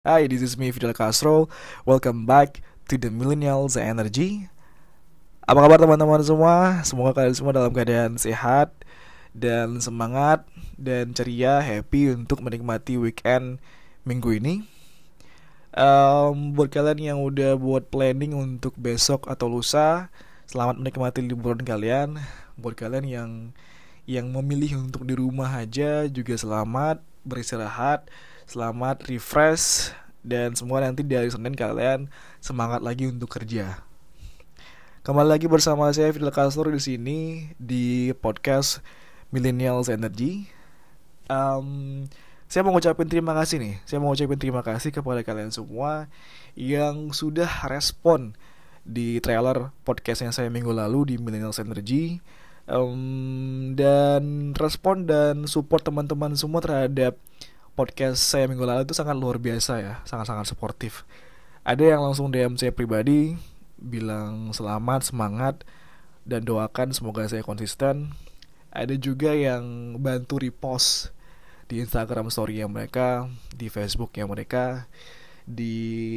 Hi, this is me Fidel Castro. Welcome back to the Millennials Energy. Apa kabar teman-teman semua? Semoga kalian semua dalam keadaan sehat dan semangat dan ceria, happy untuk menikmati weekend minggu ini. Buat kalian yang udah buat planning untuk besok atau lusa, selamat menikmati liburan kalian. Buat kalian yang memilih untuk di rumah aja juga selamat beristirahat, selamat refresh, dan semua nanti dari Senin kalian semangat lagi untuk kerja. Kembali lagi bersama saya Fidel Castro di sini di podcast Millennials Energy. Um, saya mau ngucapin terima kasih nih. Saya mau ngucapin terima kasih kepada kalian semua yang sudah respon di trailer podcastnya saya minggu lalu di Millennials Energy. Dan respon dan support teman-teman semua terhadap podcast saya minggu lalu itu sangat luar biasa ya, sangat-sangat suportif. Ada yang langsung DM saya pribadi, bilang selamat, semangat, dan doakan semoga saya konsisten. Ada juga yang bantu repost di Instagram story yang mereka, di Facebook yang mereka, di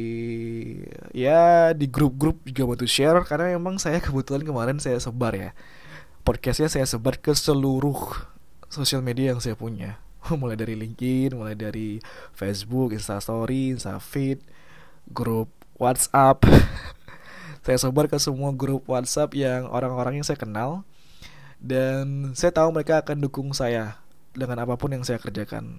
di grup-grup juga bantu share karena memang saya kebetulan kemarin saya sebar ya. Podcastnya saya sebar ke seluruh sosial media yang saya punya. Mulai dari LinkedIn, mulai dari Facebook, Instastory, Instafeed, grup WhatsApp. Saya sebar ke semua grup WhatsApp yang orang-orang yang saya kenal, dan saya tahu mereka akan dukung saya dengan apapun yang saya kerjakan.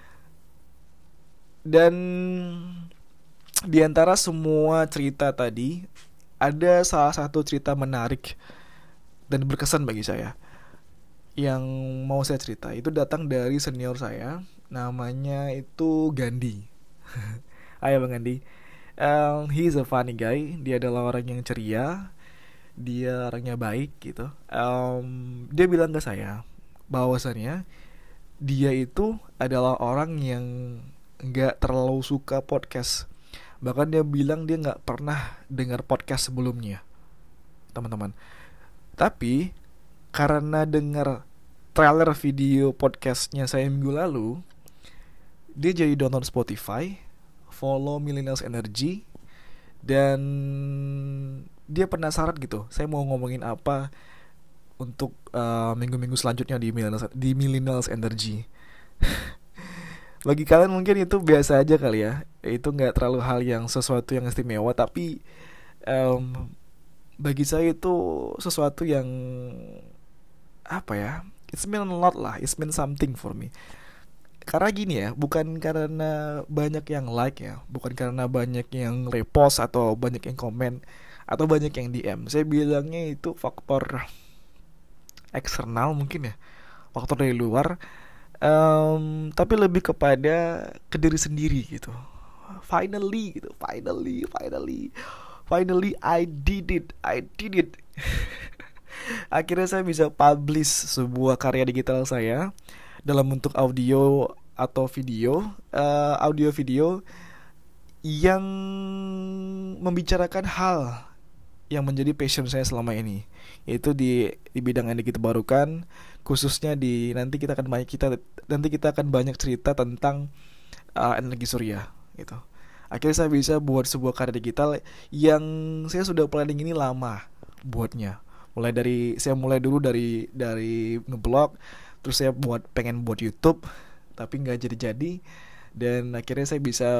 Dan di antara semua cerita tadi, ada salah satu cerita menarik dan berkesan bagi saya yang mau saya cerita. Itu datang dari senior saya, namanya itu Gandhi. Ayo Bang Gandhi. He is a funny guy. Dia adalah orang yang ceria, dia orangnya baik gitu. Dia bilang ke saya bahwasannya dia itu adalah orang yang nggak terlalu suka podcast. Bahkan dia bilang dia nggak pernah dengar podcast sebelumnya, teman-teman. Tapi karena dengar trailer video podcastnya saya minggu lalu, dia jadi download Spotify, follow Millennials Energy, dan dia penasaran gitu. Saya mau ngomongin apa untuk minggu-minggu selanjutnya di Millennials Energy. Bagi kalian mungkin itu biasa aja kali ya. Itu nggak terlalu hal yang sesuatu yang istimewa, tapi um, bagi saya itu sesuatu yang apa ya? It's mean a lot lah. It's mean something for me. Karena gini ya, bukan karena banyak yang like ya, bukan karena banyak yang repost atau banyak yang komen atau banyak yang DM. Saya bilangnya itu faktor eksternal mungkin ya, faktor dari luar. Tapi lebih kepada ke diri sendiri gitu. Finally gitu, finally I did it. Akhirnya saya bisa publish sebuah karya digital saya dalam bentuk audio atau video, audio video yang membicarakan hal yang menjadi passion saya selama ini, yaitu di bidang energi terbarukan, khususnya di nanti kita akan banyak cerita tentang energi surya gitu. Akhirnya saya bisa buat sebuah karya digital yang saya sudah planning ini lama buatnya. Mulai dulu dari ngeblog, terus saya pengen buat YouTube, tapi nggak jadi-jadi, dan akhirnya saya bisa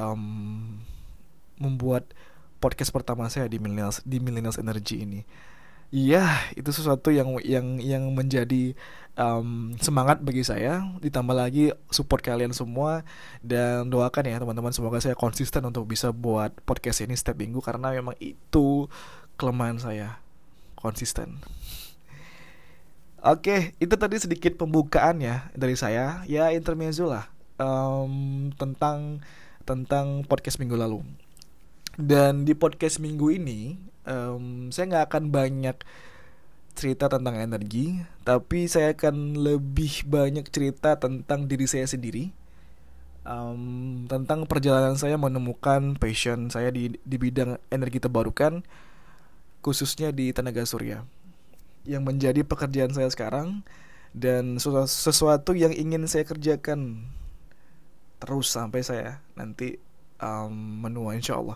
membuat podcast pertama saya di Millennials Energy ini. Iya, itu sesuatu yang menjadi semangat bagi saya. Ditambah lagi support kalian semua, dan doakan ya teman-teman, semoga saya konsisten untuk bisa buat podcast ini setiap minggu karena memang itu kelemahan saya, konsisten. Oke, itu tadi sedikit pembukaan ya dari saya, ya intermezzo lah, tentang podcast minggu lalu. Dan di podcast minggu ini, saya nggak akan banyak cerita tentang energi, tapi saya akan lebih banyak cerita tentang diri saya sendiri, tentang perjalanan saya menemukan passion saya di bidang energi terbarukan, khususnya di tenaga surya, yang menjadi pekerjaan saya sekarang, dan sesuatu yang ingin saya kerjakan terus sampai saya nanti menua insya Allah.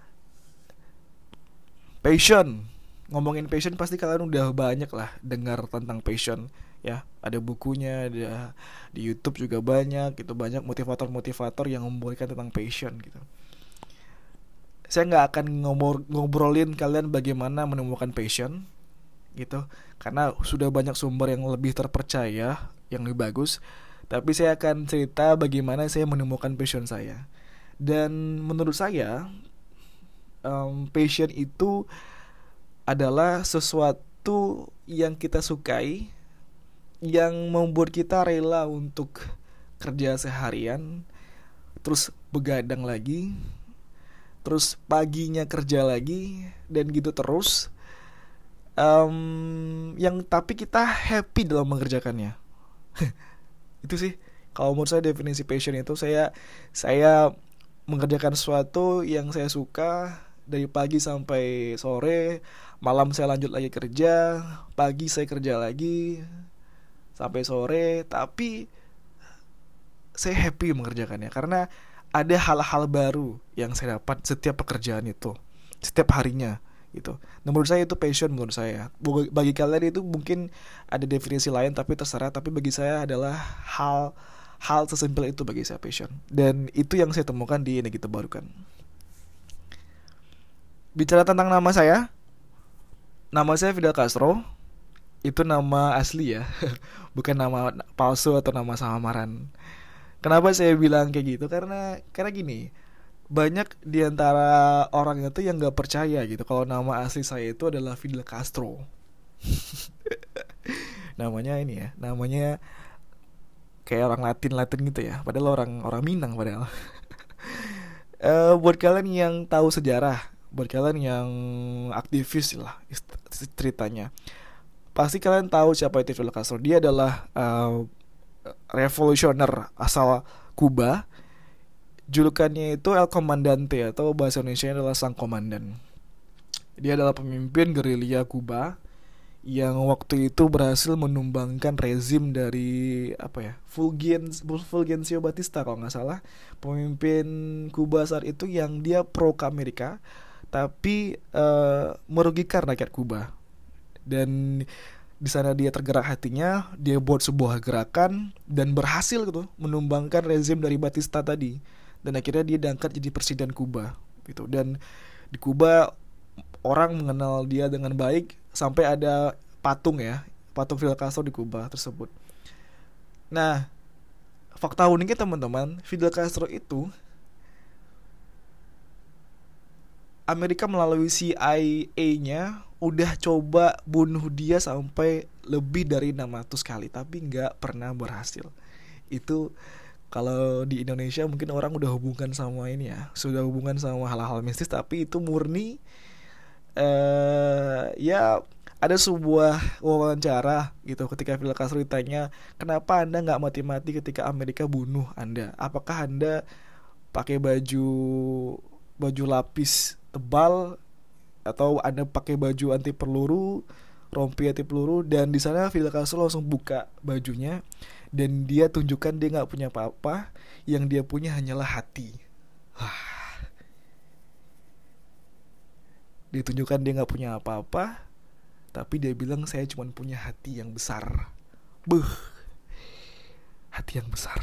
Passion, ngomongin passion pasti kalian udah banyak lah dengar tentang passion ya. Ada bukunya, ada di YouTube juga banyak gitu, banyak motivator-motivator yang memberikan tentang passion gitu. Saya nggak akan ngobrolin kalian bagaimana menemukan passion gitu, karena sudah banyak sumber yang lebih terpercaya, yang lebih bagus. Tapi saya akan cerita bagaimana saya menemukan passion saya. Dan menurut saya, passion itu adalah sesuatu yang kita sukai, yang membuat kita rela untuk kerja seharian, terus begadang lagi, terus paginya kerja lagi, dan gitu terus. Yang tapi kita happy dalam mengerjakannya. Itu sih kalau menurut saya definisi passion itu. Saya mengerjakan sesuatu yang saya suka dari pagi sampai sore, malam saya lanjut lagi kerja, pagi saya kerja lagi sampai sore, tapi saya happy mengerjakannya karena ada hal-hal baru yang saya dapat setiap pekerjaan itu, setiap harinya gitu. Nah, menurut saya itu passion menurut saya. Bagi kalian itu mungkin ada definisi lain tapi terserah, tapi bagi saya adalah hal sesimpel itu bagi saya passion. Dan itu yang saya temukan di Energi Terbarukan. Bicara tentang nama saya Fidel Castro. Itu nama asli ya, bukan nama palsu atau nama samaran. Kenapa saya bilang kayak gitu? Karena gini, banyak diantara orang itu yang nggak percaya gitu kalau nama asli saya itu adalah Fidel Castro. Namanya ini ya, namanya kayak orang Latin gitu ya, padahal orang Minang padahal. Buat kalian yang tahu sejarah, buat kalian yang aktivis lah ceritanya, pasti kalian tahu siapa itu Fidel Castro. Dia adalah revolusioner asal Kuba. Julukannya itu El Comandante, atau bahasa Indonesia adalah Sang Komandan. Dia adalah pemimpin gerilya Kuba yang waktu itu berhasil menumbangkan rezim dari Fulgencio Batista kalau nggak salah, pemimpin Kuba saat itu yang dia pro ke Amerika tapi merugikan rakyat Kuba. Dan di sana dia tergerak hatinya, dia buat sebuah gerakan dan berhasil gitu menumbangkan rezim dari Batista tadi. Dan akhirnya dia diangkat jadi presiden Kuba gitu. Dan di Kuba orang mengenal dia dengan baik, sampai ada patung Fidel Castro di Kuba tersebut. Nah, fakta uniknya teman-teman, Fidel Castro itu Amerika melalui CIA-nya udah coba bunuh dia sampai lebih dari 600 kali, tapi nggak pernah berhasil. Itu kalau di Indonesia mungkin orang udah hubungkan sama ini ya, sudah hubungan sama hal-hal mistis, tapi itu murni ya ada sebuah wawancara gitu ketika Fidel Castro ditanya, kenapa Anda nggak mati-mati ketika Amerika bunuh Anda? Apakah Anda pakai baju lapis tebal atau Anda pakai baju anti peluru, rompi anti peluru? Dan di sana Fidel Castro langsung buka bajunya dan dia tunjukkan dia nggak punya apa-apa, yang dia punya hanyalah hati. Dia tunjukkan dia nggak punya apa-apa, tapi dia bilang saya cuma punya hati yang besar. Hati yang besar.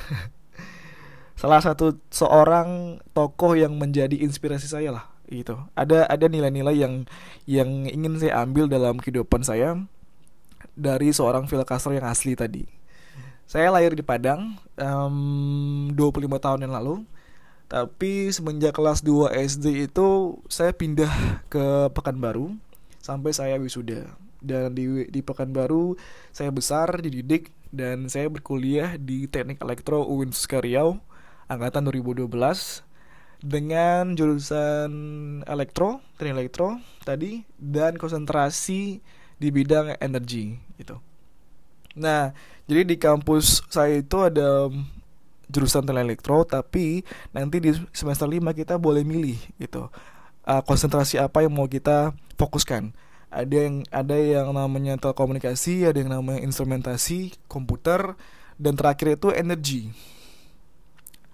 Salah satu seorang tokoh yang menjadi inspirasi saya lah gitu. Ada nilai-nilai yang ingin saya ambil dalam kehidupan saya dari seorang Fidel Castro yang asli tadi. Saya lahir di Padang 25 tahun yang lalu. Tapi semenjak kelas 2 SD itu saya pindah ke Pekanbaru sampai saya wisuda. Dan di Pekanbaru saya besar, dididik, dan saya berkuliah di Teknik Elektro UIN Suska Riau angkatan 2012 dengan jurusan teknik elektro tadi, dan konsentrasi di bidang energi gitu. Nah, jadi di kampus saya itu ada jurusan teknik elektro, tapi nanti di semester 5 kita boleh milih gitu. Konsentrasi apa yang mau kita fokuskan. Ada yang namanya telekomunikasi, ada yang namanya instrumentasi komputer, dan terakhir itu energi.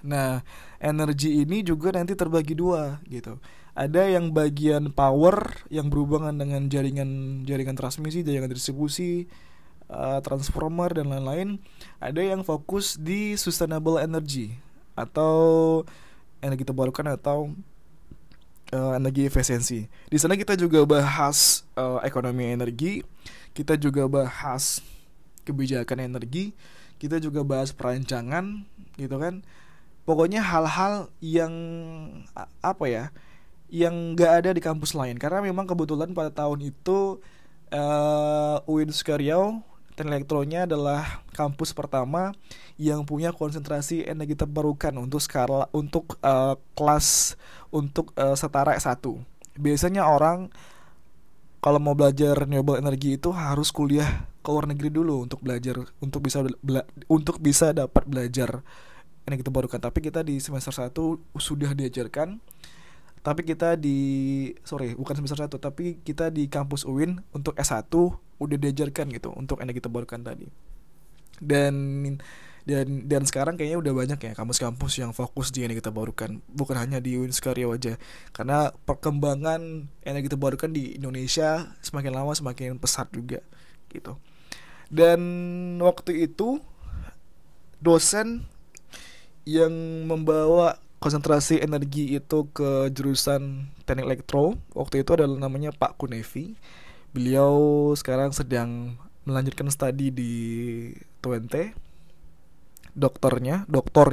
Nah, energi ini juga nanti terbagi dua gitu. Ada yang bagian power yang berhubungan dengan jaringan jaringan transmisi, jaringan distribusi, transformer dan lain-lain. Ada yang fokus di sustainable energy atau energi terbarukan atau energi efisiensi. Di sana kita juga bahas ekonomi energi, kita juga bahas kebijakan energi, kita juga bahas perancangan gitu kan. Pokoknya hal-hal yang apa ya, yang nggak ada di kampus lain, karena memang kebetulan pada tahun itu UIN Sukaryau Teknik Elektronya adalah kampus pertama yang punya konsentrasi energi terbarukan untuk skala untuk kelas untuk setara S1. Biasanya orang kalau mau belajar renewable energy itu harus kuliah ke luar negeri dulu untuk belajar, untuk bisa dapat belajar energi terbarukan. Tapi kita di semester 1 sudah diajarkan. Tapi kita di bukan semester 1, tapi kita di kampus UIN untuk S1 udah diajarkan gitu untuk energi terbarukan tadi. Dan dan sekarang kayaknya udah banyak ya kampus-kampus yang fokus di energi terbarukan, bukan hanya di UIN Sukaryo aja. Karena perkembangan energi terbarukan di Indonesia semakin lama semakin pesat juga gitu. Dan waktu itu dosen yang membawa konsentrasi energi itu ke jurusan teknik elektro waktu itu adalah namanya Pak Kunevi. Beliau sekarang sedang melanjutkan studi di Twente, doktornya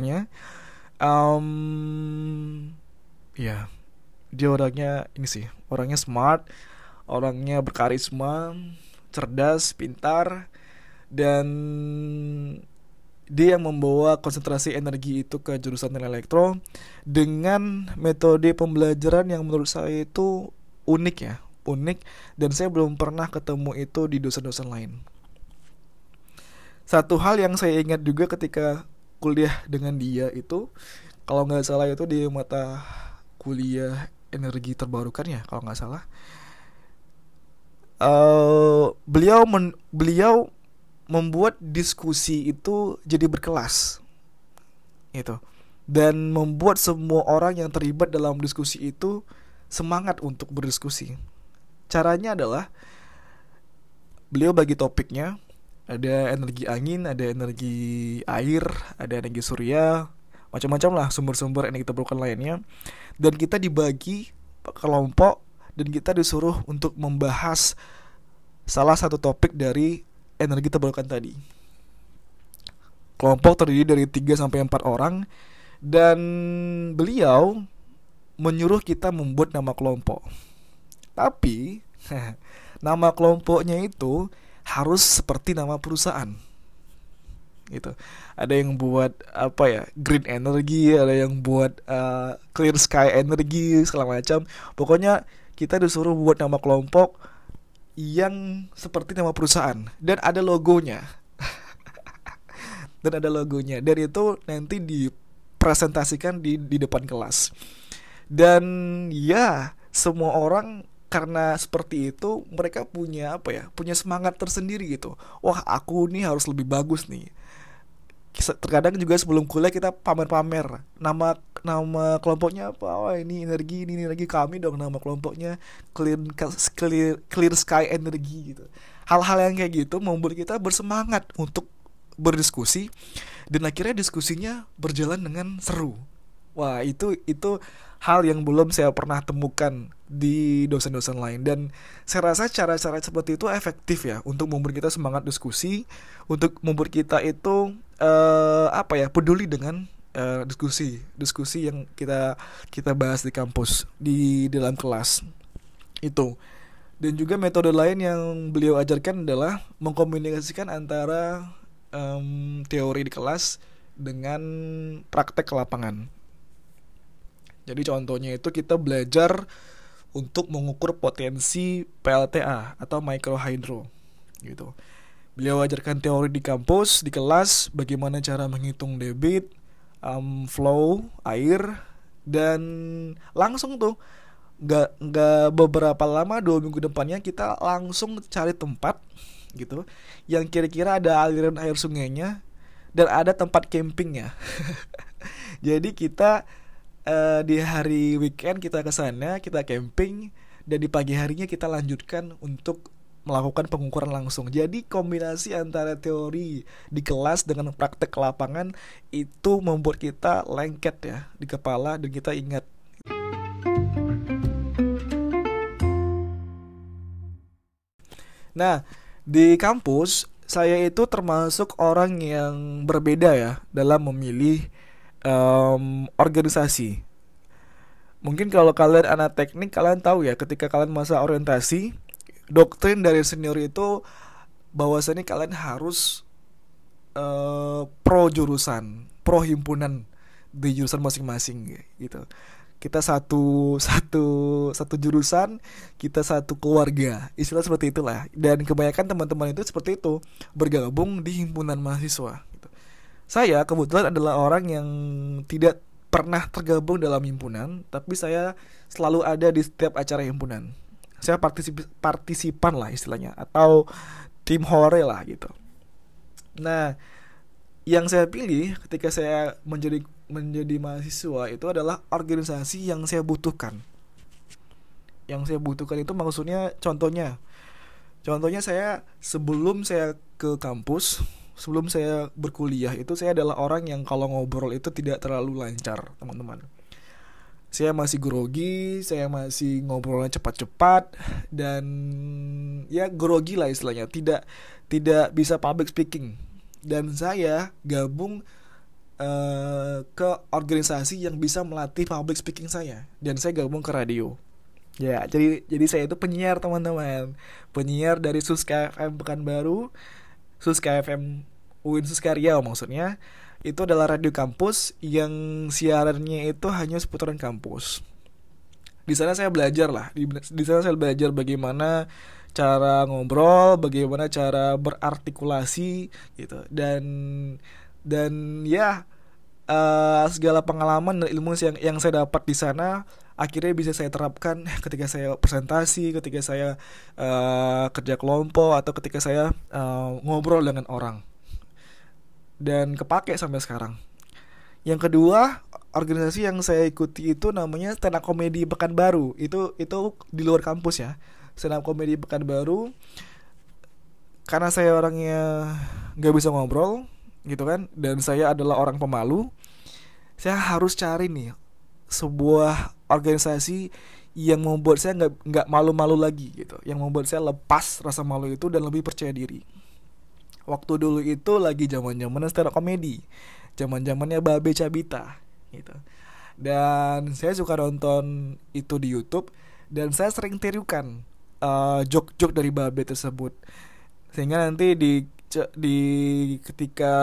ya dia orangnya ini sih, orangnya smart, orangnya berkarisma, cerdas, pintar, dan dia yang membawa konsentrasi energi itu ke jurusan teknik elektro dengan metode pembelajaran yang menurut saya itu unik, dan saya belum pernah ketemu itu di dosen-dosen lain. Satu hal yang saya ingat juga ketika kuliah dengan dia itu, kalau nggak salah itu di mata kuliah energi terbarukan ya kalau nggak salah, beliau membuat diskusi itu jadi berkelas gitu, dan membuat semua orang yang terlibat dalam diskusi itu semangat untuk berdiskusi. Caranya adalah beliau bagi topiknya, ada energi angin, ada energi air, ada energi surya, macam-macam lah sumber-sumber energi terbarukan lainnya, dan kita dibagi kelompok dan kita disuruh untuk membahas salah satu topik dari energi terbarukan tadi. Kelompok terdiri dari 3-4 orang, dan beliau menyuruh kita membuat nama kelompok. Tapi nama kelompoknya itu harus seperti nama perusahaan gitu. Ada yang buat apa ya, green energy, ada yang buat clear sky energy, segala macam. Pokoknya kita disuruh buat nama kelompok yang seperti nama perusahaan dan ada logonya. Dan itu nanti dipresentasikan di depan kelas. Dan ya, semua orang karena seperti itu mereka punya punya semangat tersendiri gitu. Wah, aku nih harus lebih bagus nih. Terkadang juga sebelum kuliah kita pamer-pamer nama kelompoknya apa. Oh, ini energi kami dong nama kelompoknya clear sky energy gitu. Hal-hal yang kayak gitu membuat kita bersemangat untuk berdiskusi, dan akhirnya diskusinya berjalan dengan seru. Wah, itu hal yang belum saya pernah temukan di dosen-dosen lain, dan saya rasa cara-cara seperti itu efektif ya untuk membuat kita semangat diskusi, untuk membuat kita itu peduli dengan diskusi yang kita bahas di kampus, di dalam kelas itu. Dan juga metode lain yang beliau ajarkan adalah mengkomunikasikan antara teori di kelas dengan praktek ke lapangan. Jadi contohnya itu kita belajar untuk mengukur potensi PLTA atau microhydro gitu. Beliau ajarkan teori di kampus, di kelas, bagaimana cara menghitung debit, flow air, dan langsung tuh nggak beberapa lama, 2 minggu depannya kita langsung cari tempat gitu yang kira-kira ada aliran air sungainya dan ada tempat campingnya. Jadi kita di hari weekend kita ke sana, kita camping, dan di pagi harinya kita lanjutkan untuk melakukan pengukuran langsung. Jadi kombinasi antara teori di kelas dengan praktek ke lapangan itu membuat kita lengket ya di kepala dan kita ingat. Nah, di kampus saya itu termasuk orang yang berbeda ya dalam memilih organisasi. Mungkin kalau kalian anak teknik kalian tahu ya ketika kalian masa orientasi, doktrin dari senior itu bahwasannya kalian harus pro jurusan, pro himpunan di jurusan masing-masing gitu. Kita satu satu satu jurusan, kita satu keluarga, istilah seperti itulah. Dan kebanyakan teman-teman itu seperti itu, bergabung di himpunan mahasiswa gitu. Saya kebetulan adalah orang yang tidak pernah tergabung dalam himpunan, tapi saya selalu ada di setiap acara himpunan. Saya partisipan lah istilahnya, atau tim hore lah gitu. Nah, yang saya pilih ketika saya menjadi menjadi mahasiswa itu adalah organisasi yang saya butuhkan. Yang saya butuhkan itu maksudnya contohnya saya sebelum saya ke kampus, sebelum saya berkuliah itu saya adalah orang yang kalau ngobrol itu tidak terlalu lancar, teman-teman. Saya masih grogi, saya masih ngobrolnya cepat-cepat dan ya grogi lah istilahnya, tidak tidak bisa public speaking. Dan saya gabung ke organisasi yang bisa melatih public speaking saya dan saya gabung ke radio. Ya, jadi saya itu penyiar, teman-teman. Penyiar dari Suska FM Pekanbaru, Suska FM UIN Suskaria maksudnya. Itu adalah radio kampus yang siarannya itu hanya seputaran kampus. Di sana saya belajar lah, di sana saya belajar bagaimana cara ngobrol, bagaimana cara berartikulasi gitu. Dan ya segala pengalaman dan ilmu yang saya dapat di sana akhirnya bisa saya terapkan ketika saya presentasi, ketika saya kerja kelompok atau ketika saya ngobrol dengan orang dan kepake sampai sekarang. Yang kedua, organisasi yang saya ikuti itu namanya Stand Up Comedy Pekanbaru. Itu di luar kampus ya. Stand Up Comedy Pekanbaru, karena saya orangnya nggak bisa ngobrol gitu kan, dan saya adalah orang pemalu, saya harus cari nih sebuah organisasi yang membuat saya nggak malu-malu lagi gitu, yang membuat saya lepas rasa malu itu dan lebih percaya diri. Waktu dulu itu lagi zaman-zamannya stand up comedy, zaman-zamannya Babe Cabita gitu. Dan saya suka nonton itu di YouTube dan saya sering tirukan joke-joke dari Babe tersebut. Sehingga nanti di ketika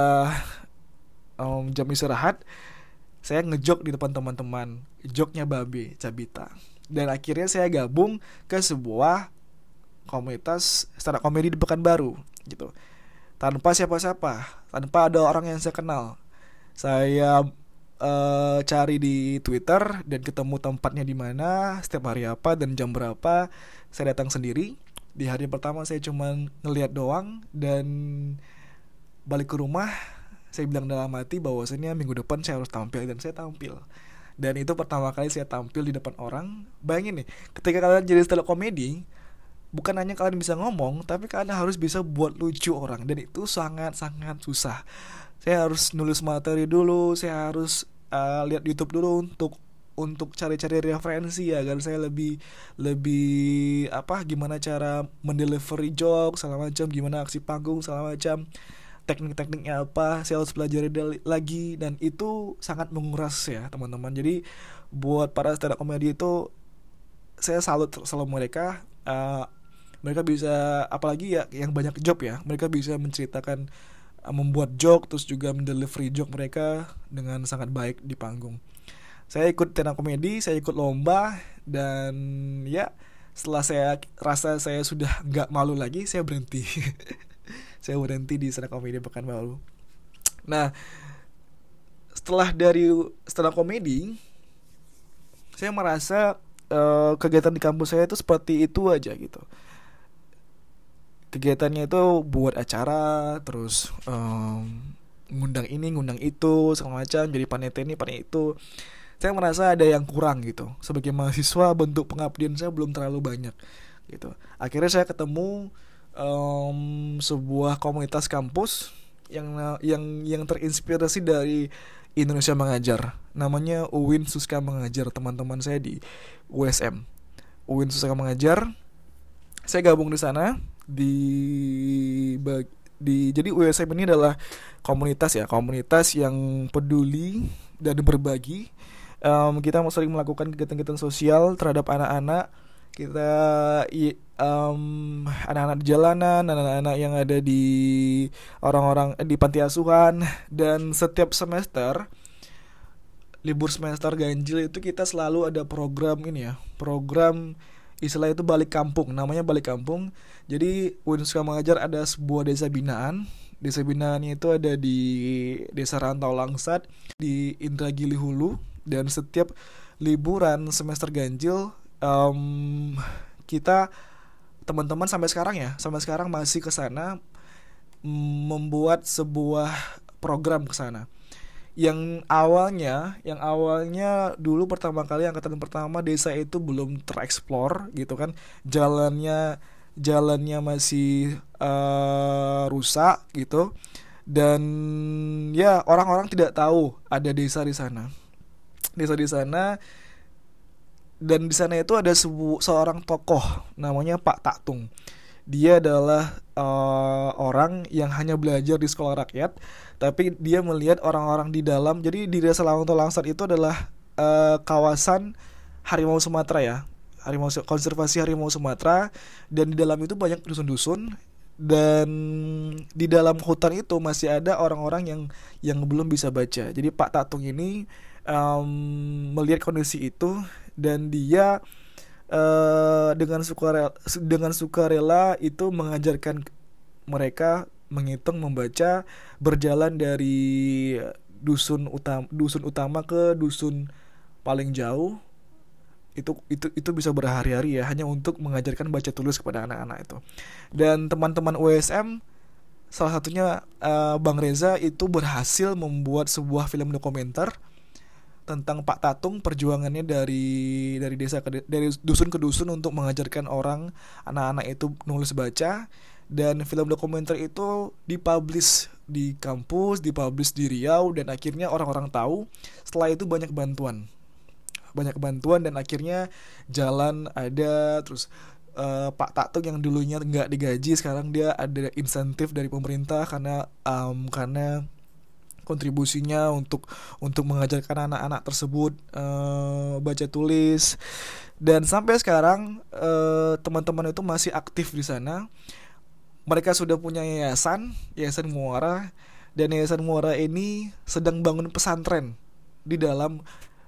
jam istirahat saya ngejok di depan teman-teman, joknya Babe Cabita. Dan akhirnya saya gabung ke sebuah komunitas stand up comedy di Pekanbaru gitu. Tanpa siapa-siapa, tanpa ada orang yang saya kenal. Saya cari di Twitter dan ketemu tempatnya di mana, setiap hari apa dan jam berapa. Saya datang sendiri. Di hari pertama saya cuma ngelihat doang dan balik ke rumah saya bilang dalam hati bahwasannya minggu depan saya harus tampil, dan saya tampil. Dan itu pertama kali saya tampil di depan orang. Bayangin nih, ketika kalian jadi stand up comedy, bukan hanya kalian bisa ngomong, tapi kalian harus bisa buat lucu orang, dan itu sangat-sangat susah. Saya harus nulis materi dulu, saya harus lihat YouTube dulu untuk cari-cari referensi ya, agar saya lebih lebih apa gimana cara mendelivery joke segala macam, gimana aksi panggung segala macam, teknik-tekniknya apa, saya harus pelajari lagi, dan itu sangat menguras ya teman-teman. Jadi buat para stand up comedy itu saya salut selalu mereka. Mereka bisa, apalagi ya yang banyak job ya, mereka bisa menceritakan, membuat joke, terus juga mendelivery joke mereka dengan sangat baik di panggung. Saya ikut stand up comedy, saya ikut lomba, dan ya setelah saya rasa saya sudah nggak malu lagi, saya berhenti. Saya berhenti di stand up comedy Pekanbaru. Nah, setelah dari stand up comedy, saya merasa kegiatan di kampus saya itu seperti itu aja gitu. Kegiatannya itu buat acara, terus ngundang ini ngundang itu segala macam, jadi panitia ini panitia itu. Saya merasa ada yang kurang gitu. Sebagai mahasiswa, bentuk pengabdian saya belum terlalu banyak gitu. Akhirnya saya ketemu sebuah komunitas kampus yang terinspirasi dari Indonesia Mengajar. Namanya UIN Suska Mengajar. Teman-teman saya di USM. UIN Suska Mengajar. Saya gabung di sana di jadi USM ini adalah komunitas ya, komunitas yang peduli dan berbagi. Kita sering melakukan kegiatan-kegiatan sosial terhadap anak-anak. Kita anak-anak di jalanan, anak-anak yang ada di orang-orang di panti asuhan. Dan setiap semester, libur semester ganjil itu kita selalu ada program ini ya, program istilah itu balik kampung, namanya balik kampung. Jadi UIN Suka Mengajar ada sebuah desa binaan. Desa binaannya itu ada di Desa Rantau Langsat di Indragiri Hulu. Dan setiap liburan semester ganjil, kita teman-teman sampai sekarang masih ke sana, membuat sebuah program ke sana. Yang awalnya dulu pertama kali angkatan pertama, desa itu belum tereksplor gitu kan, jalannya masih rusak gitu, dan ya orang-orang tidak tahu ada desa di sana, dan di sana itu ada seorang tokoh namanya Pak Taktung. Dia adalah orang yang hanya belajar di sekolah rakyat, tapi dia melihat orang-orang di dalam. Jadi di Desa Rantau Langsat itu adalah kawasan harimau Sumatera ya, konservasi harimau Sumatera, dan di dalam itu banyak dusun-dusun. Dan di dalam hutan itu masih ada orang-orang yang belum bisa baca. Jadi Pak Tatung ini melihat kondisi itu, dan dia dengan sukarela itu mengajarkan mereka menghitung, membaca, berjalan dari dusun utama ke dusun paling jauh. Itu bisa berhari-hari ya, hanya untuk mengajarkan baca tulis kepada anak-anak itu. Dan teman-teman USM, salah satunya Bang Reza, itu berhasil membuat sebuah film dokumenter tentang Pak Tatung, perjuangannya dari dari dusun ke dusun untuk mengajarkan anak-anak itu nulis baca. Dan film dokumenter itu dipublish di kampus, dipublish di Riau, dan akhirnya orang-orang tahu. Setelah itu banyak bantuan dan akhirnya jalan ada. Terus Pak Tatung yang dulunya nggak digaji, sekarang dia ada insentif dari pemerintah karena kontribusinya untuk mengajarkan anak-anak tersebut baca tulis. Dan sampai sekarang teman-teman itu masih aktif di sana. Mereka sudah punya yayasan Muara, dan yayasan Muara ini sedang bangun pesantren di dalam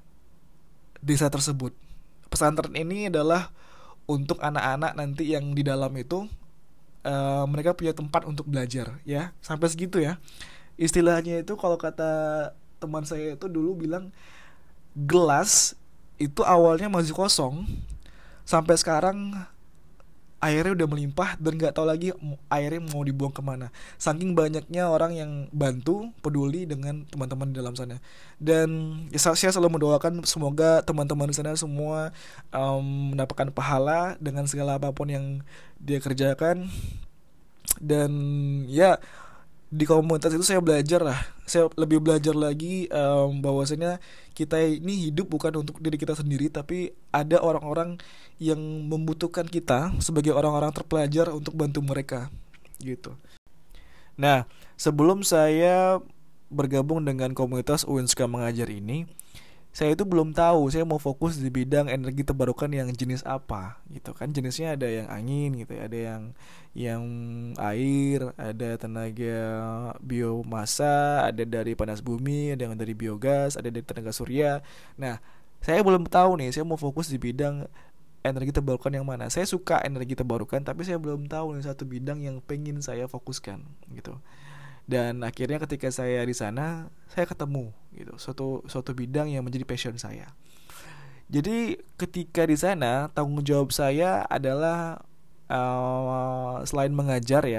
desa tersebut. Pesantren ini adalah untuk anak-anak nanti yang di dalam itu, mereka punya tempat untuk belajar ya, sampai segitu ya. Istilahnya itu kalau kata teman saya itu dulu bilang, gelas itu awalnya masih kosong, sampai sekarang airnya udah melimpah dan nggak tahu lagi airnya mau dibuang kemana. Saking banyaknya orang yang bantu, peduli dengan teman-teman di dalam sana. Dan ya, saya selalu mendoakan semoga teman-teman di sana semua mendapatkan pahala dengan segala apapun yang dia kerjakan. Dan ya, di komunitas itu saya lebih belajar lagi bahwasanya kita ini hidup bukan untuk diri kita sendiri, tapi ada orang-orang yang membutuhkan kita sebagai orang-orang terpelajar untuk bantu mereka gitu. Nah, sebelum saya bergabung dengan komunitas UIN Suka Mengajar ini, saya itu belum tahu saya mau fokus di bidang energi terbarukan yang jenis apa gitu kan. Jenisnya ada yang angin gitu ya, ada yang air, ada tenaga biomasa, ada dari panas bumi, ada yang dari biogas, ada dari tenaga surya. Nah, saya belum tahu nih saya mau fokus di bidang energi terbarukan yang mana. Saya suka energi terbarukan, tapi saya belum tahu nih satu bidang yang pengen saya fokuskan gitu. Dan akhirnya ketika saya di sana, saya ketemu gitu suatu bidang yang menjadi passion saya. Jadi ketika di sana, tanggung jawab saya adalah selain mengajar ya,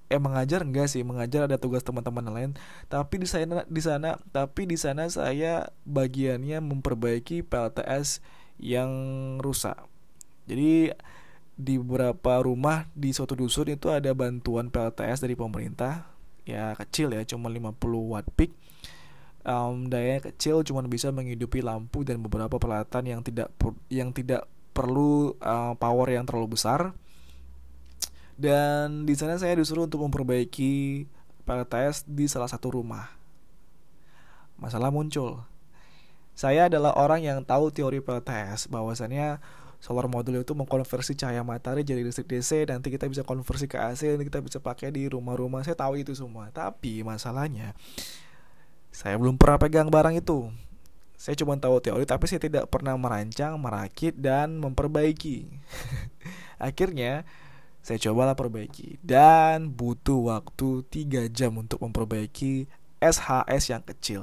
mengajar enggak sih, mengajar ada tugas teman-teman lain, tapi di sana saya bagiannya memperbaiki PLTS yang rusak. Jadi di beberapa rumah di suatu dusun itu ada bantuan PLTS dari pemerintah, ya kecil ya, cuma 50 watt peak. Dayanya kecil, cuma bisa menghidupi lampu dan beberapa peralatan yang tidak perlu power yang terlalu besar. Dan di sana saya disuruh untuk memperbaiki PLTS di salah satu rumah. Masalah muncul. Saya adalah orang yang tahu teori PLTS, bahwasannya solar modul itu mengkonversi cahaya matahari jadi listrik DC, nanti kita bisa konversi ke AC, nanti kita bisa pakai di rumah-rumah. Saya tahu itu semua. Tapi masalahnya, saya belum pernah pegang barang itu. Saya cuma tahu teori, tapi saya tidak pernah merancang, merakit, dan memperbaiki. Akhirnya saya cobalah perbaiki, dan butuh waktu 3 jam untuk memperbaiki SHS yang kecil.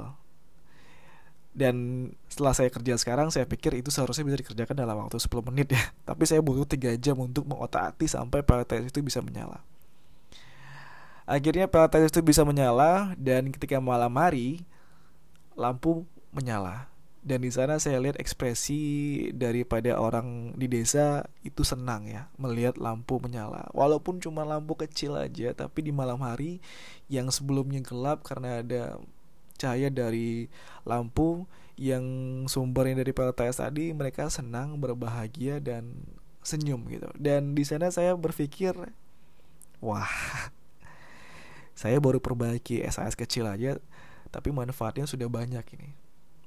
Dan setelah saya kerja sekarang, saya pikir itu seharusnya bisa dikerjakan dalam waktu 10 menit ya. Tapi saya butuh 3 jam untuk mengotak-atik sampai PLTS itu bisa menyala. Akhirnya PLTS itu bisa menyala, dan ketika malam hari lampu menyala. Dan di sana saya lihat ekspresi daripada orang di desa itu senang ya melihat lampu menyala. Walaupun cuma lampu kecil aja, tapi di malam hari yang sebelumnya gelap karena ada cahaya dari lampu yang sumbernya dari PLTS tadi, mereka senang, berbahagia, dan senyum gitu. Dan di sana saya berpikir, wah, saya baru perbaiki SAS kecil aja, tapi manfaatnya sudah banyak ini.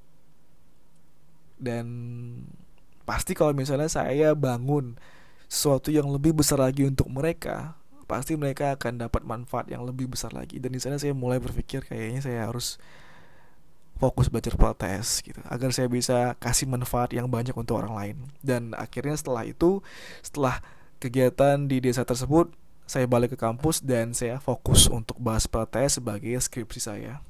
Dan pasti kalau misalnya saya bangun sesuatu yang lebih besar lagi untuk mereka, pasti mereka akan dapat manfaat yang lebih besar lagi. Dan di sana saya mulai berpikir, kayaknya saya harus fokus belajar PLTS gitu, agar saya bisa kasih manfaat yang banyak untuk orang lain. Dan akhirnya setelah kegiatan di desa tersebut, saya balik ke kampus dan saya fokus untuk bahas PLTS sebagai skripsi saya.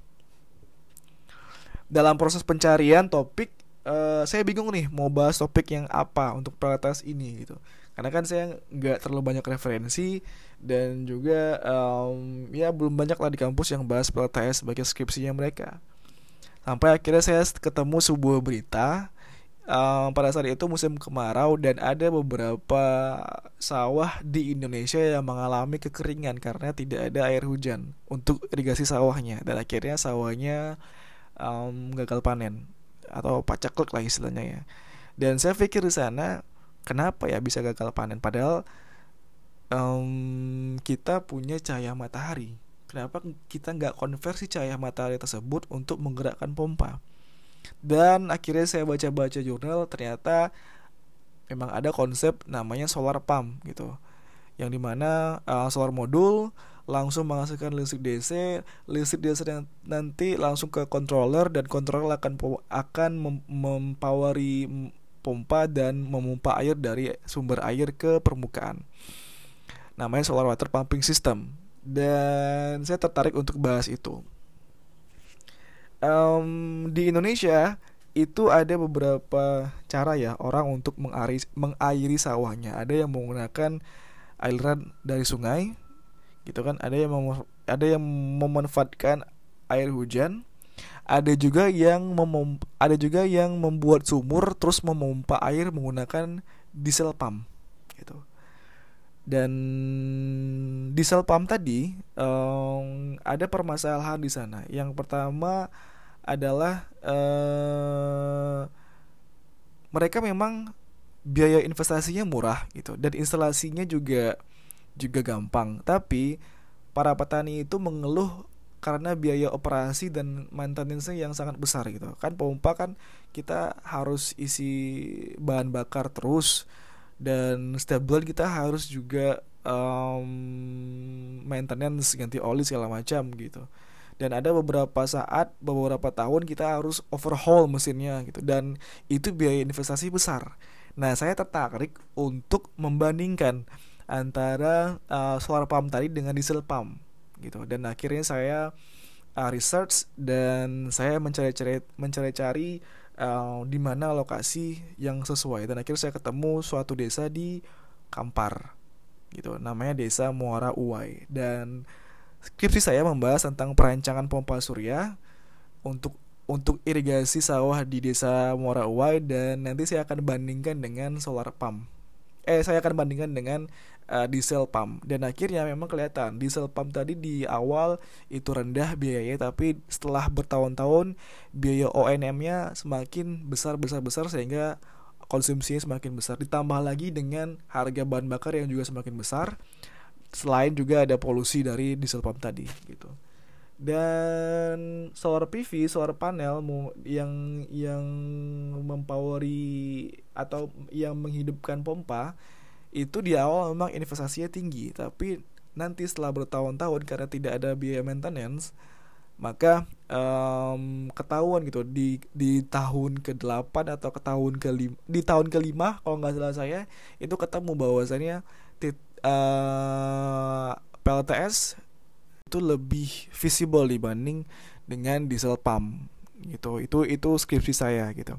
Dalam proses pencarian topik, saya bingung nih mau bahas topik yang apa untuk PLTS ini gitu. Karena kan saya nggak terlalu banyak referensi, dan juga ya belum banyak lah di kampus yang bahas PLTS sebagai skripsinya mereka. Sampai akhirnya saya ketemu sebuah berita, pada saat itu musim kemarau dan ada beberapa sawah di Indonesia yang mengalami kekeringan karena tidak ada air hujan untuk irigasi sawahnya, dan akhirnya sawahnya gagal panen atau paceklik lah istilahnya ya. Dan saya pikir di sana, kenapa ya bisa gagal panen padahal kita punya cahaya matahari. Kenapa kita nggak konversi cahaya matahari tersebut untuk menggerakkan pompa? Dan akhirnya saya baca-baca jurnal, ternyata memang ada konsep namanya solar pump gitu, yang dimana solar modul langsung menghasilkan listrik DC. Listrik DC nanti langsung ke controller, dan controller akan mempoweri pompa dan memompa air dari sumber air ke permukaan. Namanya solar water pumping system. Dan saya tertarik untuk bahas itu. Di Indonesia itu ada beberapa cara ya orang untuk mengairi sawahnya. Ada yang menggunakan aliran dari sungai, gitu kan. Ada yang memanfaatkan air hujan. Ada juga yang membuat sumur terus memompa air menggunakan diesel pump, gitu. Dan diesel pump tadi ada permasalahan di sana. Yang pertama adalah mereka memang biaya investasinya murah gitu, dan instalasinya juga gampang. Tapi para petani itu mengeluh karena biaya operasi dan maintenance yang sangat besar gitu. Kan pompa kan kita harus isi bahan bakar terus, dan setiap bulan kita harus juga maintenance, ganti oli segala macam gitu. Dan ada beberapa tahun kita harus overhaul mesinnya gitu, dan itu biaya investasi besar. Nah, saya tertarik untuk membandingkan antara solar pump tadi dengan diesel pump gitu. Dan akhirnya saya research, dan saya mencari-cari di mana lokasi yang sesuai, dan akhirnya saya ketemu suatu desa di Kampar. gitu. Namanya Desa Muara Uwai. Dan skripsi saya membahas tentang perancangan pompa surya untuk irigasi sawah di Desa Muara Uwai, dan nanti saya akan bandingkan dengan solar pump. Saya akan bandingkan dengan diesel pump, dan akhirnya memang kelihatan diesel pump tadi di awal itu rendah biayanya, tapi setelah bertahun-tahun biaya O&M-nya semakin besar besar besar sehingga konsumsinya semakin besar, ditambah lagi dengan harga bahan bakar yang juga semakin besar, selain juga ada polusi dari diesel pump tadi gitu. Dan solar PV, solar panel yang mempoweri atau yang menghidupkan pompa itu di awal memang investasinya tinggi, tapi nanti setelah bertahun-tahun karena tidak ada biaya maintenance, maka ketahuan gitu di tahun ke-8 atau ke tahun ke-5, di tahun ke-5 kalau nggak salah saya, itu ketemu bahwasannya PLTS itu lebih visible dibanding dengan diesel pump gitu. Itu skripsi saya gitu.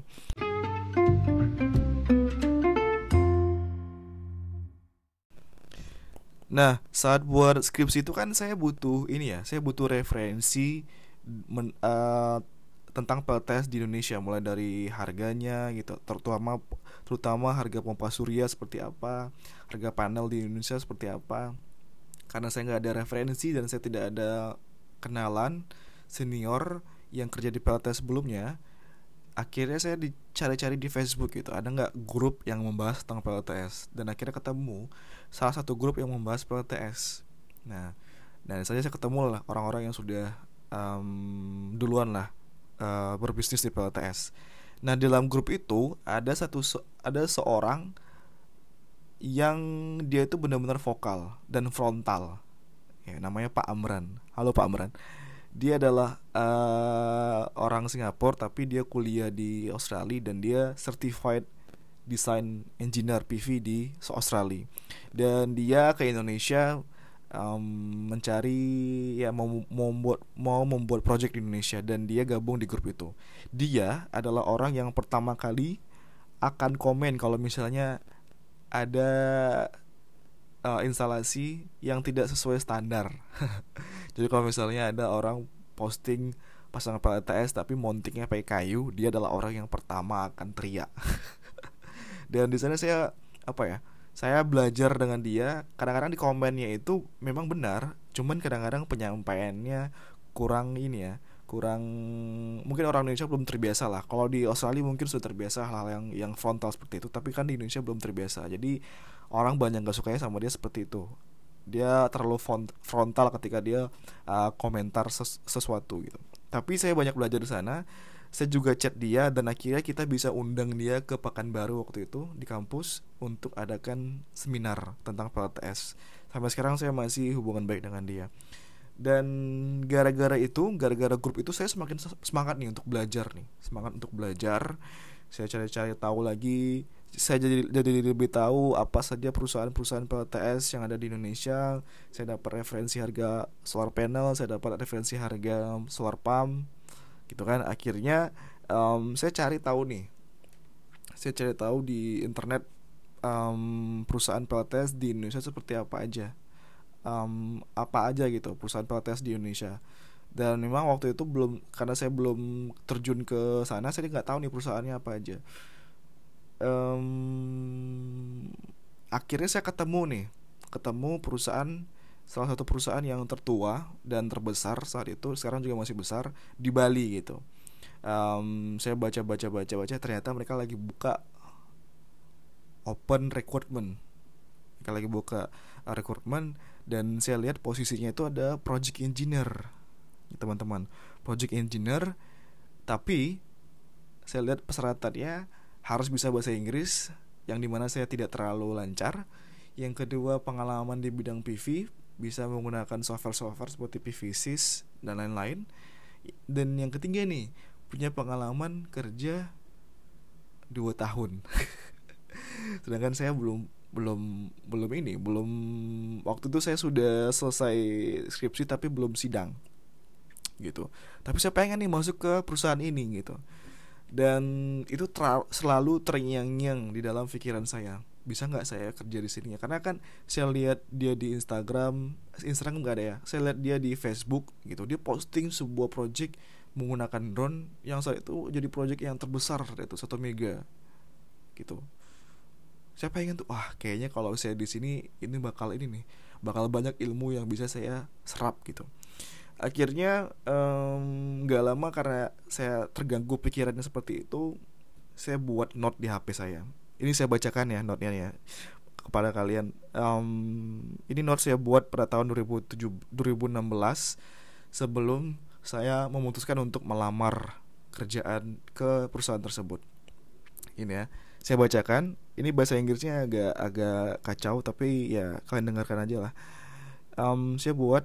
Nah, saat buat skripsi itu kan saya butuh ini ya, saya butuh referensi men- eh, tentang PLTS di Indonesia, mulai dari harganya gitu, terutama terutama harga pompa surya seperti apa, harga panel di Indonesia seperti apa. Karena saya nggak ada referensi dan saya tidak ada kenalan senior yang kerja di PLTS sebelumnya, akhirnya saya dicari-cari di Facebook gitu, ada nggak grup yang membahas tentang PLTS, dan akhirnya ketemu salah satu grup yang membahas PLTS. Nah, dan saja saya ketemu lah orang-orang yang sudah duluan lah berbisnis di PLTS. Nah, di dalam grup itu ada seorang yang dia itu benar-benar vokal dan frontal, ya, namanya Pak Amran. Halo Pak Amran. Dia adalah orang Singapura tapi dia kuliah di Australia, dan dia certified design engineer PV di Australia. Dan dia ke Indonesia mencari, ya, mau membuat project di Indonesia, dan dia gabung di grup itu. Dia adalah orang yang pertama kali akan komen kalau misalnya ada instalasi yang tidak sesuai standar. Jadi kalau misalnya ada orang posting pasang PLTS tapi mountingnya pakai kayu, dia adalah orang yang pertama akan teriak. Dan di sana saya, apa ya, saya belajar dengan dia. Kadang-kadang di komennya itu memang benar, cuman kadang-kadang penyampaiannya kurang ini ya, kurang, mungkin orang Indonesia belum terbiasa lah. Kalau di Australia mungkin sudah terbiasa hal-hal yang frontal seperti itu, tapi kan di Indonesia belum terbiasa. Jadi orang banyak gak sukanya sama dia seperti itu. Dia terlalu frontal ketika dia komentar sesuatu gitu. Tapi saya banyak belajar di sana. Saya juga chat dia, dan akhirnya kita bisa undang dia ke Pekanbaru waktu itu di kampus untuk adakan seminar tentang PLTS. Sampai sekarang saya masih hubungan baik dengan dia. Dan gara-gara grup itu, saya semakin semangat nih untuk belajar nih, semangat untuk belajar. Saya cari-cari tahu lagi, saya jadi lebih tahu apa saja perusahaan-perusahaan PLTS yang ada di Indonesia. Saya dapat referensi harga solar panel, saya dapat referensi harga solar pump gitu kan. Akhirnya saya cari tahu nih, saya cari tahu di internet perusahaan PLTS di Indonesia seperti apa aja gitu perusahaan PLTS di Indonesia. Dan memang waktu itu belum, karena saya belum terjun ke sana, saya nggak tahu nih perusahaannya apa aja. Akhirnya saya ketemu perusahaan, salah satu perusahaan yang tertua dan terbesar saat itu, sekarang juga masih besar, di Bali gitu. Saya baca, ternyata mereka lagi buka open recruitment, recruitment. Dan saya lihat posisinya itu ada project engineer, teman-teman, project engineer. Tapi saya lihat persyaratannya harus bisa bahasa Inggris, yang dimana saya tidak terlalu lancar. Yang kedua, pengalaman di bidang PV, bisa menggunakan software seperti PVSys dan lain-lain. Dan yang ketiga nih, punya pengalaman kerja 2 tahun. Sedangkan saya belum waktu itu saya sudah selesai skripsi tapi belum sidang gitu. Tapi saya pengen nih masuk ke perusahaan ini gitu. Dan itu selalu terngiang-ngiang di dalam pikiran saya. bisa nggak saya kerja di sini ya, karena kan saya lihat dia di Instagram nggak ada ya, saya lihat dia di Facebook gitu, dia posting sebuah project menggunakan drone yang saat itu jadi project yang terbesar itu 1 mega gitu. Saya pengen tuh, wah kayaknya kalau saya di sini ini bakal ini nih, bakal banyak ilmu yang bisa saya serap gitu. Akhirnya nggak lama karena saya terganggu pikirannya seperti itu, saya buat note di HP saya. Ini saya bacakan ya note-nya ya kepada kalian. Ini note saya buat pada tahun 2016 sebelum saya memutuskan untuk melamar kerjaan ke perusahaan tersebut. Ini ya, saya bacakan. Ini bahasa Inggrisnya agak agak kacau tapi ya kalian dengarkan aja lah. Saya buat,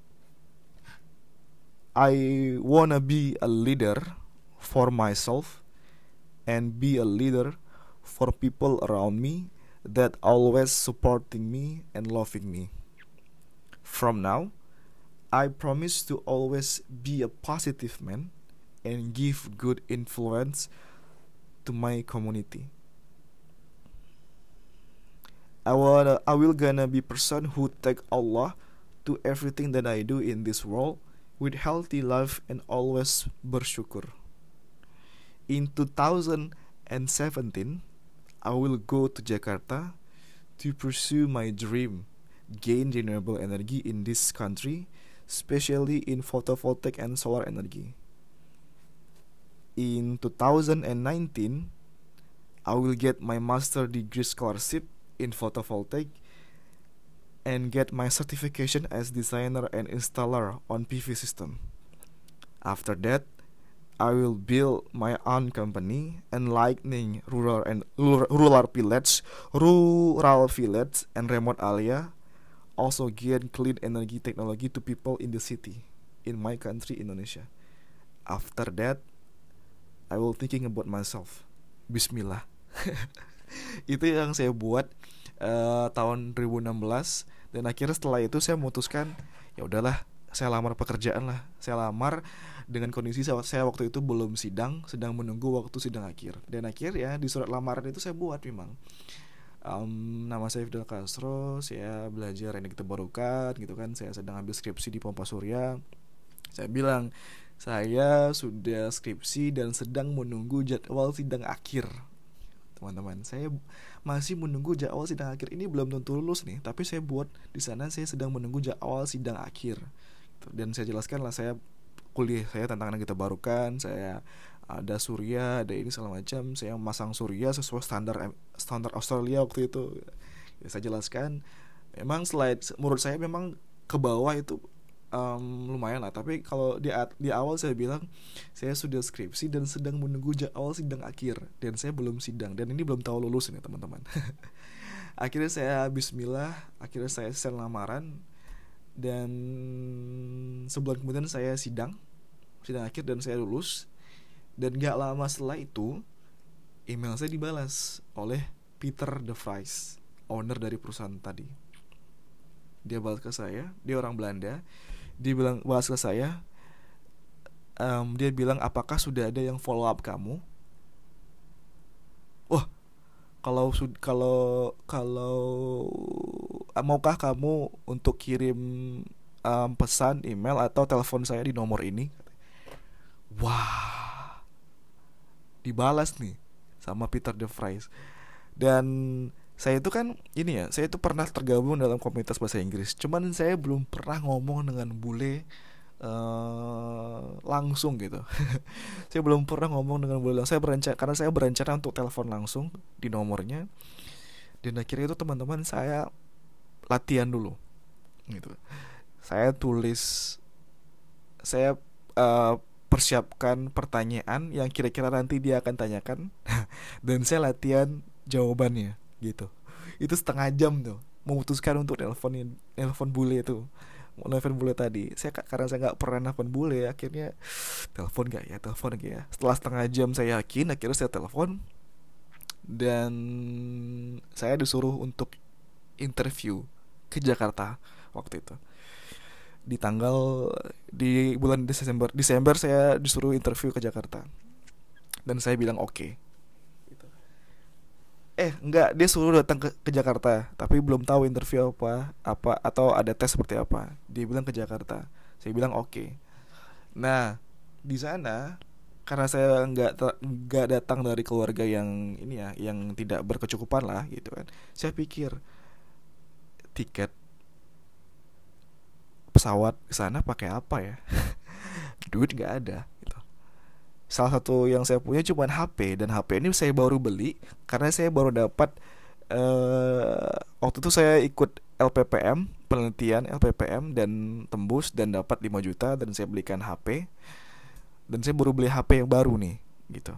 I wanna be a leader for myself and be a leader for people around me that always supporting me and loving me. From now, I promise to always be a positive man and give good influence to my community. I will gonna be person who take Allah to everything that I do in this world with healthy love and always bersyukur. In 2017, I will go to Jakarta to pursue my dream, gain renewable energy in this country, especially in photovoltaic and solar energy. In 2019, I will get my master degree scholarship in photovoltaic and get my certification as designer and installer on PV system. After that, I will build my own company enlightening rural village and remote area. Also gain clean energy technology to people in the city in my country Indonesia. After that, I will thinking about myself. Bismillah. Itu yang saya buat tahun 2016, dan akhirnya setelah itu saya memutuskan ya udahlah, saya lamar pekerjaan lah. Saya lamar dengan kondisi saya waktu itu belum sidang, sedang menunggu waktu sidang akhir. Dan akhirnya di surat lamaran itu saya buat memang nama saya Fidel Castro, saya belajar energi terbarukan gitu kan. Saya sedang ambil skripsi di Pompa Surya. Saya bilang saya sudah skripsi dan sedang menunggu jadwal sidang akhir. Teman-teman, saya masih menunggu jadwal sidang akhir. Ini belum tentu lulus nih, tapi saya buat di sana saya sedang menunggu jadwal sidang akhir. Dan saya jelaskan lah, saya kuliah saya tentang energi terbarukan, saya ada surya, ada ini segala macam. Saya memasang surya sesuai standar Australia waktu itu. Ya, saya jelaskan. Memang slide menurut saya memang ke bawah itu lumayan lah, tapi kalau di awal saya bilang saya sudah skripsi dan sedang menunggu jadwal sidang akhir, dan saya belum sidang dan ini belum tahu lulus ini teman-teman. Akhirnya saya bismillah, akhirnya saya send lamaran, dan sebulan kemudian saya sidang akhir dan saya lulus. Dan gak lama setelah itu email saya dibalas oleh Peter de Vries, owner dari perusahaan tadi. Dia balas ke saya, dia orang Belanda. Dia balas ke saya, dia bilang, apakah sudah ada yang follow up kamu? Wah, kalau maukah kamu untuk kirim pesan email atau telepon saya di nomor ini? Wah, dibalas nih sama Peter de Vries. Dan saya itu kan ini ya, saya itu pernah tergabung dalam komunitas bahasa Inggris. Cuman saya belum pernah ngomong dengan bule langsung gitu. Saya belum pernah ngomong dengan bule langsung. Karena saya berencana untuk telepon langsung di nomornya. Dan akhirnya itu teman-teman saya latihan dulu gitu. Saya tulis, saya persiapkan pertanyaan yang kira-kira nanti dia akan tanyakan. Dan saya latihan jawabannya gitu. Itu setengah jam tuh memutuskan untuk nelpon bule tadi. Karena saya nggak pernah nelpon bule, akhirnya telepon gak ya. Setelah setengah jam saya yakin, akhirnya saya telepon, dan saya disuruh untuk interview ke Jakarta waktu itu. Di bulan Desember saya disuruh interview ke Jakarta, dan saya bilang oke. Enggak, dia suruh datang ke Jakarta, tapi belum tahu interview apa atau ada tes seperti apa. Dia bilang ke Jakarta. Saya bilang oke. Nah, di sana karena saya nggak datang dari keluarga yang ini ya, yang tidak berkecukupan lah gitu kan. Saya pikir tiket pesawat ke sana pakai apa ya? Duit nggak ada gitu. Salah satu yang saya punya cuma HP, dan HP ini saya baru beli karena saya baru dapat waktu itu saya ikut LPPM, penelitian LPPM, dan tembus dan dapat 5 juta dan saya belikan HP, dan saya baru beli HP yang baru nih gitu.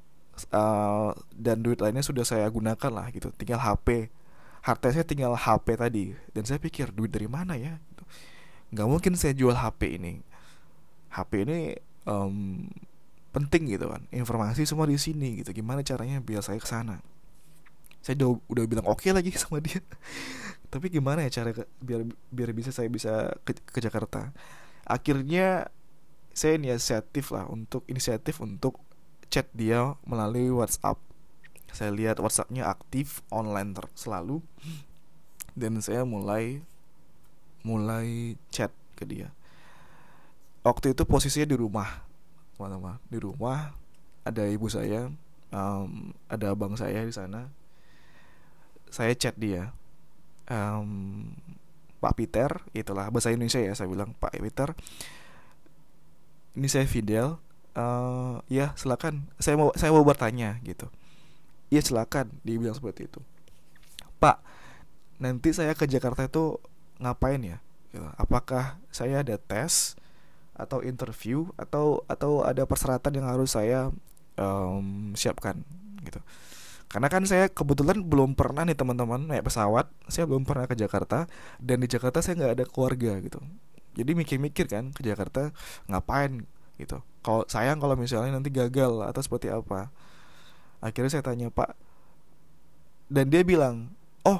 Dan duit lainnya sudah saya gunakan lah gitu, tinggal HP, harta saya tinggal HP tadi. Dan saya pikir duit dari mana ya gitu. Nggak mungkin saya jual HP ini. HP ini em, penting gitu kan, informasi semua di sini gitu, gimana caranya biar saya ke sana. Saya udah bilang oke lagi sama dia. Tapi gimana ya cara biar biar bisa saya bisa ke Jakarta. Akhirnya saya inisiatif untuk chat dia melalui WhatsApp. Saya lihat WhatsAppnya aktif online selalu, dan saya mulai mulai chat ke dia. Waktu itu posisinya di rumah, teman-teman, di rumah. Ada ibu saya, ada abang saya di sana. Saya chat dia, em, Pak Peter, itulah bahasa Indonesia ya, saya bilang Pak Peter, ini saya Fidel. Ya silakan, saya mau bertanya gitu. Iya silakan, dia bilang seperti itu. Pak, nanti saya ke Jakarta itu ngapain ya gitu. Apakah saya ada tes atau interview atau ada persyaratan yang harus saya siapkan gitu. Karena kan saya kebetulan belum pernah nih teman-teman naik pesawat, saya belum pernah ke Jakarta, dan di Jakarta saya nggak ada keluarga gitu. Jadi mikir-mikir kan ke Jakarta ngapain gitu. Kalau sayang kalau misalnya nanti gagal atau seperti apa. Akhirnya saya tanya Pak, dan dia bilang, oh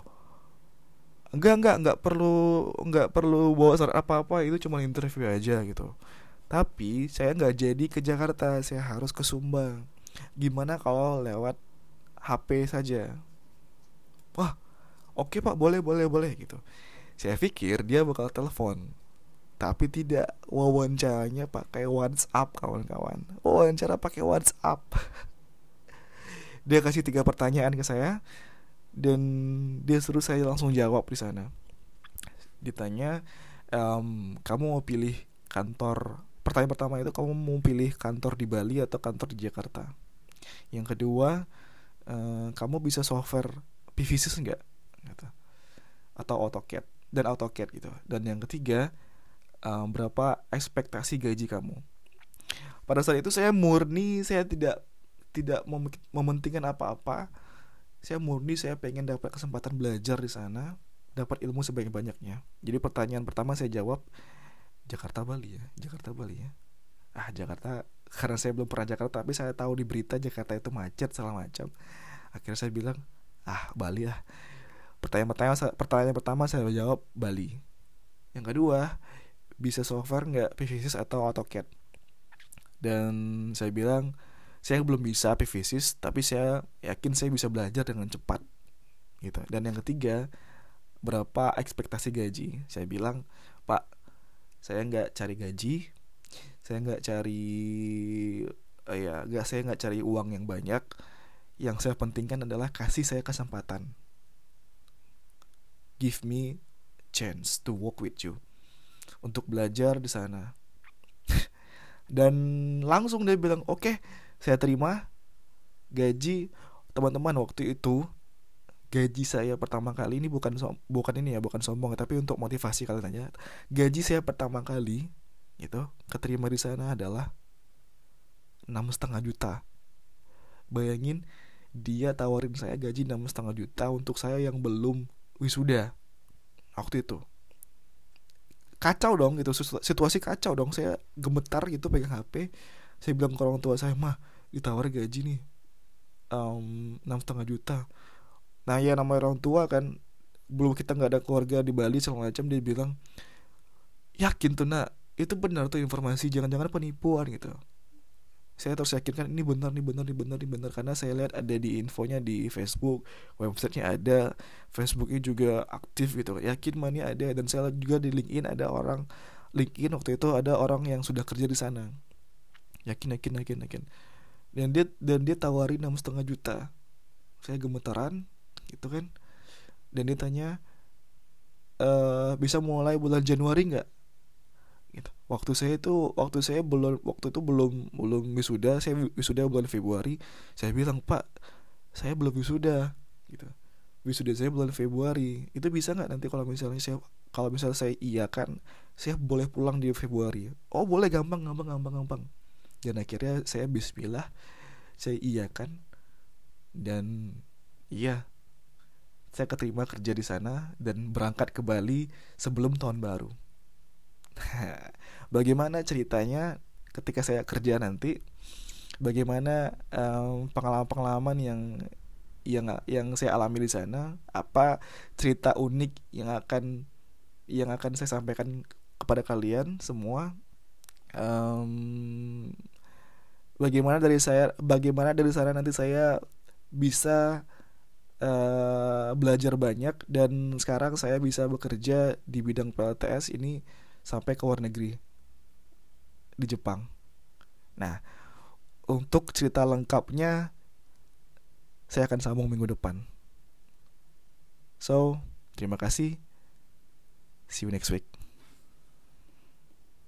nggak perlu bawa surat apa-apa, itu cuma interview aja gitu. Tapi saya nggak jadi ke Jakarta, saya harus ke Sumba. Gimana kalau lewat HP saja? Wah, oke Pak, boleh boleh boleh gitu. Saya pikir dia bakal telepon, tapi tidak. Wawancaranya pakai WhatsApp, kawan-kawan. Wawancara pakai WhatsApp. Dia kasih 3 pertanyaan ke saya, dan dia suruh saya langsung jawab di sana. Ditanya, kamu mau pilih kantor. Pertanyaan pertama itu, kamu mau pilih kantor di Bali atau kantor di Jakarta. Yang kedua, kamu bisa software PVSys enggak gitu, atau AutoCAD, dan AutoCAD gitu. Dan yang ketiga, berapa ekspektasi gaji kamu. Pada saat itu saya murni, saya tidak tidak mementingkan apa-apa. Saya murni, saya pengen dapat kesempatan belajar di sana, dapat ilmu sebanyak-banyaknya. Jadi pertanyaan pertama saya jawab, Jakarta Bali ya, Jakarta Bali ya. Jakarta, karena saya belum pernah Jakarta, tapi saya tahu di berita Jakarta itu macet segala macam. Akhirnya saya bilang, Bali ah. Pertanyaan pertama saya jawab Bali. Yang kedua, bisa software nggak, PVSys atau AutoCAD. Dan saya bilang, saya belum bisa PVSys, tapi saya yakin saya bisa belajar dengan cepat gitu. Dan yang ketiga, berapa ekspektasi gaji. Saya bilang, Pak, saya nggak cari gaji, saya nggak cari saya nggak cari uang yang banyak. Yang saya pentingkan adalah kasih saya kesempatan, give me chance to work with you, untuk belajar di sana. Dan langsung dia bilang oke, saya terima. Gaji, teman-teman, waktu itu gaji saya pertama kali ini bukan sombong, tapi untuk motivasi kalian aja. Gaji saya pertama kali itu keterima di sana adalah 6,5 juta. Bayangin, dia tawarin saya gaji 6,5 juta untuk saya yang belum wisuda waktu itu. Kacau dong gitu, situasi kacau dong. Saya gemetar gitu pegang HP. Saya bilang ke orang tua saya, mah ditawar gaji nih 6,5 juta. Nah ya namanya orang tua kan, belum, kita nggak ada keluarga di Bali segala macam. Dia bilang, yakin tuh nak, itu benar tuh informasi, jangan-jangan penipuan gitu. Saya terus yakinkan ini benar nih, benar nih, benar nih, benar, karena saya lihat ada di infonya di Facebook, websitenya ada, Facebooknya juga aktif gitu. Yakin mah ini ada, dan saya lihat juga di LinkedIn ada orang, LinkedIn waktu itu ada orang yang sudah kerja di sana. Yakin, yakin, yakin, yakin. Dan dia tawarin 6,5 juta. Saya gemetaran gitu kan. Dan dia tanya, bisa mulai bulan Januari nggak gitu. Waktu itu belum wisuda. Saya wisuda bulan Februari. Saya bilang, Pak, saya belum wisuda gitu. Wisuda saya bulan Februari. Itu bisa nggak nanti kalau misalnya saya iya kan, saya boleh pulang di Februari? Oh boleh, gampang, gampang, gampang, gampang. Dan akhirnya saya bismillah, saya iya kan. Dan iya, saya keterima kerja di sana dan berangkat ke Bali sebelum tahun baru. Bagaimana ceritanya ketika saya kerja nanti? Bagaimana pengalaman-pengalaman yang saya alami di sana? Apa cerita unik yang akan saya sampaikan kepada kalian semua? Em, bagaimana dari sana nanti saya bisa belajar banyak, dan sekarang saya bisa bekerja di bidang PLTS ini sampai ke luar negeri, di Jepang. Nah, untuk cerita lengkapnya saya akan sambung minggu depan. So, terima kasih. See you next week.